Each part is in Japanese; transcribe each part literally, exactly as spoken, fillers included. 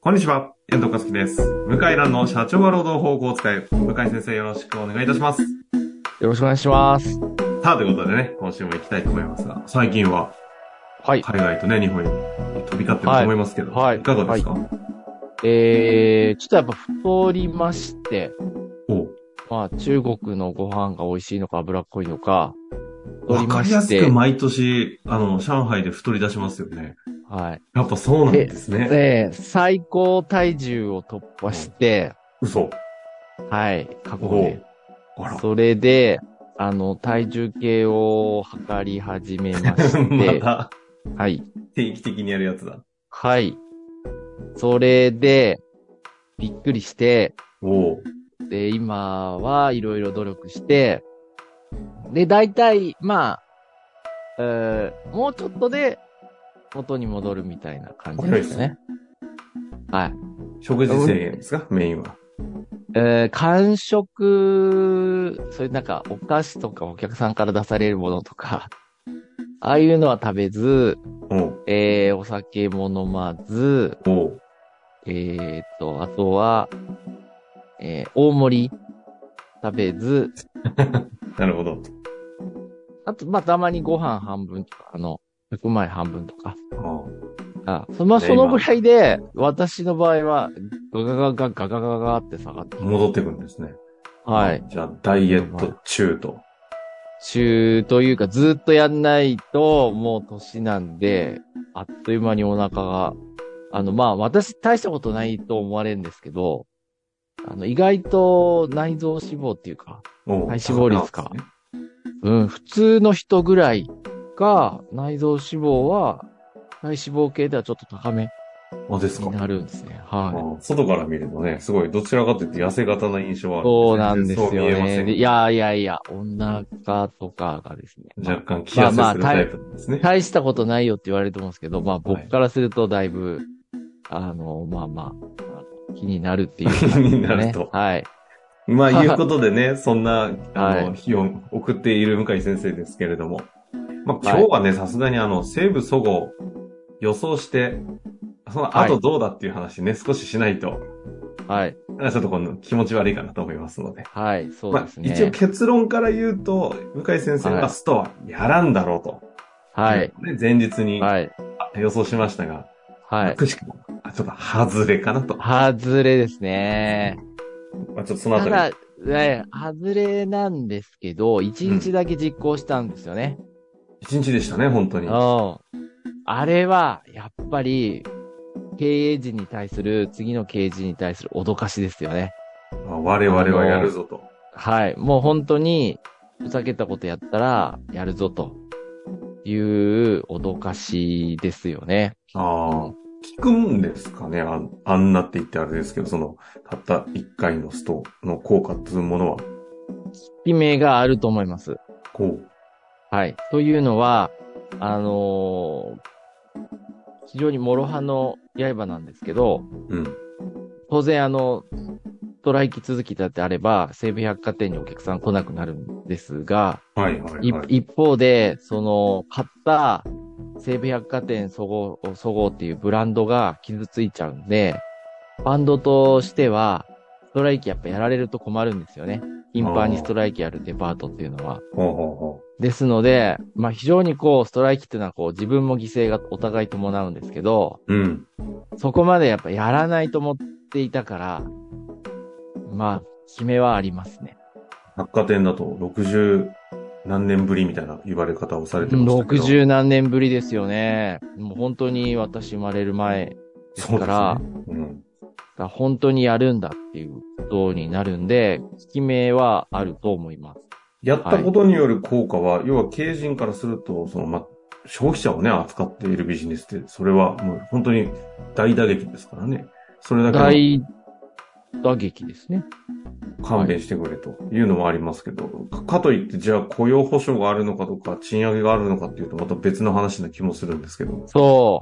こんにちは、遠藤和樹です。向井蘭の社長は労働法を使い、向井先生よろしくお願いいたします。よろしくお願いします。 さあ、ということでね、今週も行きたいと思いますが、最近は、はい。海外とね、日本に飛び交ってると思いますけど、はい。いかがですか？はい、 えー、ちょっとやっぱ太りまして、おまあ、中国のご飯が美味しいのか脂っこいのか、 太りまして。わかりやすく毎年、あの、上海で太り出しますよね。 はい。 やっぱそうなんですね。 ええ、最高体重を突破して、 嘘。 はい、過去で。それで、あの、体重計を測り始めまして。 またはい。 定期的にやるやつだ。 はい。それで、びっくりして、 おで、今はいろいろ努力して、で、大体、まあ、えー、もうちょっとで、元に戻るみたいな感じですね。はい。 食事制限ですか、メインは。 えー、間食、そういうなんかお菓子とかお客さんから出されるものとか、ああいうのは食べず、えー、お酒も飲まず、えーっと、あとは、えー、大盛り食べず、 なるほど。 あと、まあ、たまにご飯半分とか、あの、白米半分とか。ああそまあ、そのぐらいで、私の場合は、ガガガガガガガガって下がって戻ってくるんですね。 はい。 じゃあ、ダイエット中と。 中というか、ずっとやんないと、もう年なんで、あっという間にお腹が、あの、まあ、私大したことないと思われるんですけど、あの、意外と内臓脂肪っていうか、体脂肪率か。うん、普通の人ぐらいが、内臓脂肪は、体脂肪系ではちょっと高めになるんですね。はい。 外から見るとね、すごい、どちらかというと痩せ型な印象はある。 そうなんですよね。いやいやいや、お腹とかがですね。 若干気痩せするタイプなんですね。 まあまあ、大したことないよって言われると思うんですけど、まあ僕からするとだいぶ、はい、あの、まあまあ、気になるっていう、ね。 気になると。 はい。 まあ、いうことでね、そんな、あの、日を送っている向井先生ですけれども。まあ、今日はね、さすがにあの、西部そごう予想して、その後どうだっていう話ね、はい、少ししないと。 はい。 ちょっとこの気持ち悪いかなと思いますので。 はい、そうですね。 まあ、一応結論から言うと、向井先生はストはやらんだろうと。 はい。 ね、前日に予想しましたが、 はい。 くしくも、ちょっと外れかなと。 外れですね。 まあ、ちょっとそのあたり。 ただ、ね、外れなんですけど、一日だけ実行したんですよね。 一、うん、日でしたね、本当に。 あれは、やっぱり、経営陣に対する、次の経営陣に対する脅かしですよね。 我々はやるぞと。 はい。もう本当に、ふざけたことやったら、やるぞという脅かしですよね。 ああ。聞くんですかね、あ、あんなって言ってあれですけど、その、たった一回のストの効果っていうものは。効き目があると思います。 こう。 はい。というのは、あのー、非常に諸刃の刃なんですけど、うん、当然あの、ストライキ続きだってあれば、西武百貨店にお客さん来なくなるんですが、 はいはいはい、 一方で、その、買った西武百貨店そごう、そごうっていうブランドが傷ついちゃうんで、バンドとしては、ストライキやっぱやられると困るんですよね。頻繁にストライキやるデパートっていうのは。 ほうほうほうですので、まあ非常にこう、ストライキっていうのはこう、自分も犠牲がお互い伴うんですけど、 うん。 そこまでやっぱやらないと思っていたから、まあ、決めはありますね。 百貨店だとろくじゅうなんねんぶりみたいな言われ方をされてましたけど。 ろくじゅうなんねんぶりですよね。もう本当に私生まれる前ですから、そうですね。うん。だ本当にやるんだっていうことになるんで、効き目はあると思います。 やったことによる効果は、はい、要は経営陣からすると、その、ま、消費者をね、扱っているビジネスって、それはもう本当に大打撃ですからね。それだけ大打撃ですね。 勘弁してくれというのもありますけど、はい、か, かといってじゃあ雇用保障があるのかとか賃上げがあるのかっていうとまた別の話な気もするんですけど。 そう。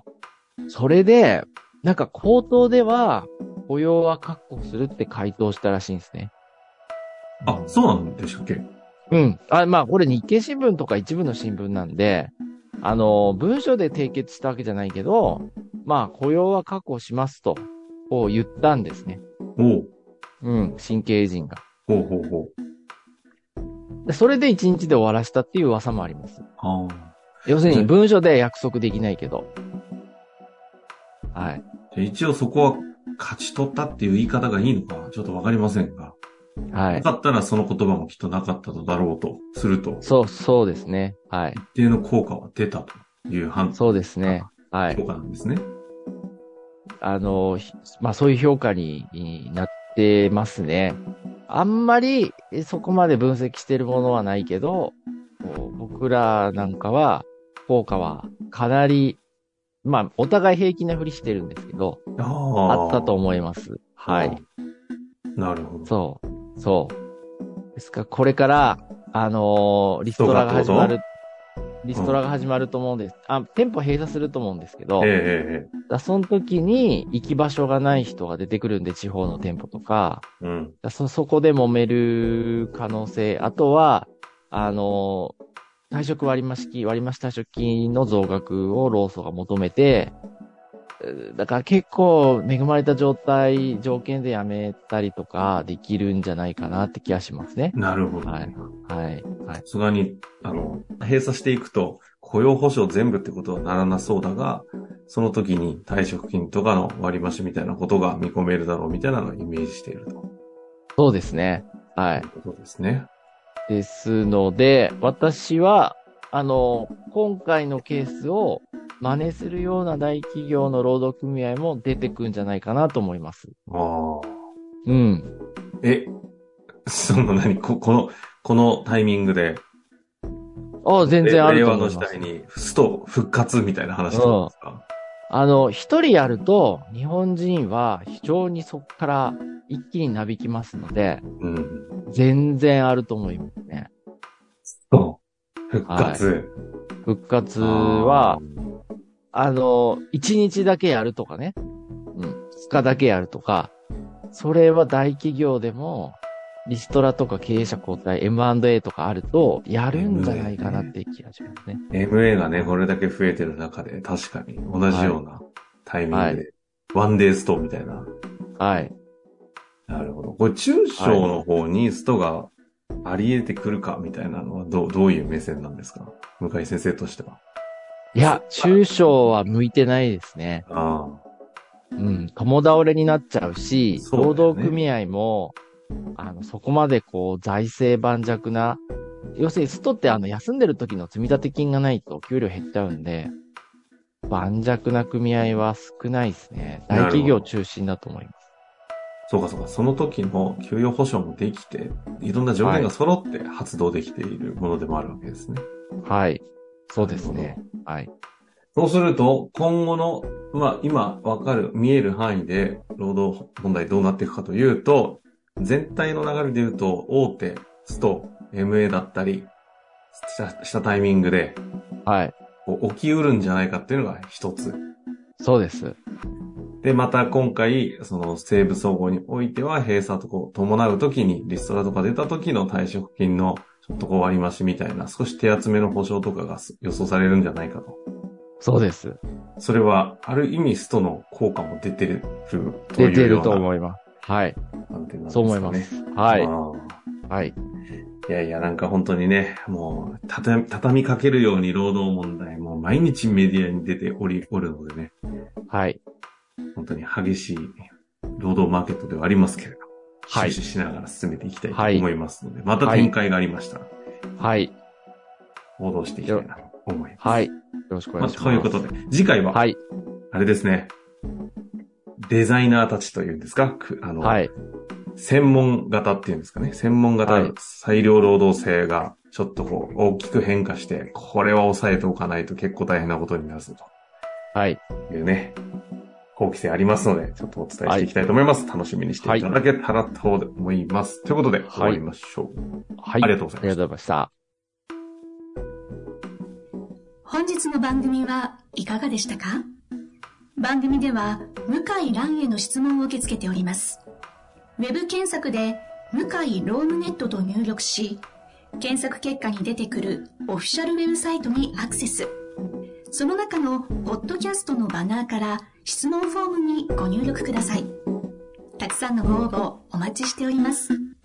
それで、なんか口頭では雇用は確保するって回答したらしいんですね。 あ、そうなんでしたっけ？ うん。あ、まあこれ日経新聞とか一部の新聞なんで、あの、文書で締結したわけじゃないけど、まあ雇用は確保しますとを言ったんですね。 おう。 うん、神経人が。 ほうほうほでそれで一日で終わらしたっていう噂もあります。 う。ああ。 要するに文書で約束できないけど。はい。 じゃ一応そこは勝ち取ったっていう言い方がいいのかちょっとわかりませんが。 はい。 なかったらその言葉もきっとなかったのだろうとすると。 そう、そうですね。はい。 一定の効果は出たという判そうですね。はい。 評価なんですね。 あの、まあそういう評価になってますね。あんまりそこまで分析してるものはないけど、僕らなんかは効果はかなり、まあお互い平気なふりしてるんですけど、ああったと思います。はい。 なるほど。 そう。そう。ですからこれから、あのー、リストラが始まる。リストラが始まると思うんです。うん、あ、店舗閉鎖すると思うんですけど、 えええだその時に行き場所がない人が出てくるんで、地方の店舗とか、 うん、 だそ、そこで揉める可能性、あとは、あの、退職割増金、割増退職金の増額を労組が求めて、だから結構恵まれた状態、条件で辞めたりとかできるんじゃないかなって気がしますね。 なるほど。 はい。はい。はい。 さすがに、あの、閉鎖していくと、雇用保障全部ってことはならなそうだが、その時に退職金とかの割増みたいなことが見込めるだろうみたいなのをイメージしていると。 そうですね。はい。 ということですね。 ですので、私は、あの、今回のケースを真似するような大企業の労働組合も出てくんじゃないかなと思います。 ああ。 うん。 え、その何こ、この、このタイミングで、 ああ、全然あると思います。 令和の時代に、スト復活みたいな話とかですか、うん、 あの、一人やると、日本人は非常にそこから一気になびきますので、うん、全然あると思いますね。 そう。復活。はい、 復活は、あの、一日だけやるとかね。うん。二日だけやるとか、それは大企業でも、リストラとか経営者交代、エムアンドエー とかあると、やるんじゃないかなって気がしますね。 エムエー がね、これだけ増えてる中で、確かに同じようなタイミングで、はい、ワンデーストみたいな。 はい。 なるほど。これ中小の方にストがあり得てくるかみたいなのはどう、どういう目線なんですか？向井先生としては。 いや、中小は向いてないですね。 ああ。 うん、共倒れになっちゃうし、うね、労働組合も、あの、そこまでこう、財政盤石な、要するにストってあの、休んでる時の積立金がないと給料減っちゃうんで、盤石な組合は少ないですね。大企業中心だと思います。 そうかそうか、その時の給与保障もできて、いろんな条件が揃って発動できているものでもあるわけですね。 はい。そうですね。はい。 そうすると、今後の、まあ今わかる、見える範囲で労働問題どうなっていくかというと、全体の流れで言うと、大手、スト、エムエー だったりした、したタイミングで、 はい。 起きうるんじゃないかっていうのが一つ。 そうです。 で、また今回、その西部総合においては閉鎖とこう伴うときに、リストラとか出たときの退職金のちょっとこう割増みたいな、少し手厚めの保証とかが予想されるんじゃないかと。 そうです。 それは、ある意味ストの効果も出てるというような。 出てると思います。はい。 なんていうんですかね。そう思います。はい。はい。 いやいや、なんか本当にね、もう、たた、畳みかけるように労働問題、もう毎日メディアに出ており、おるのでね。 はい。 本当に激しい労働マーケットではありますけれど、 はい。 注視しながら進めていきたいと思いますので、はい、また展開がありましたら、 はい。 報道していきたいなと思います。 はい。よろしくお願いします。 まあ、ということで、次回は、はい。あれですね、デザイナーたちというんですか、あの、はい。専門型っていうんですかね。専門型、裁量労働制がちょっとこう大きく変化して、これは抑えておかないと結構大変なことになるぞと。はい。いうね、法規制ありますので、ちょっとお伝えしていきたいと思います。はい、楽しみにしていただけたらと思います。はい、ということで、終わりましょう。はい。ありがとうございました。ありがとうございました。 本日の番組はいかがでしたか？番組では、向井蘭への質問を受け付けております。ウェブ検索で向井ロームネットと入力し、検索結果に出てくるオフィシャルウェブサイトにアクセス。 その中のポッドキャストのバナーから質問フォームにご入力ください。たくさんのご応募お待ちしております。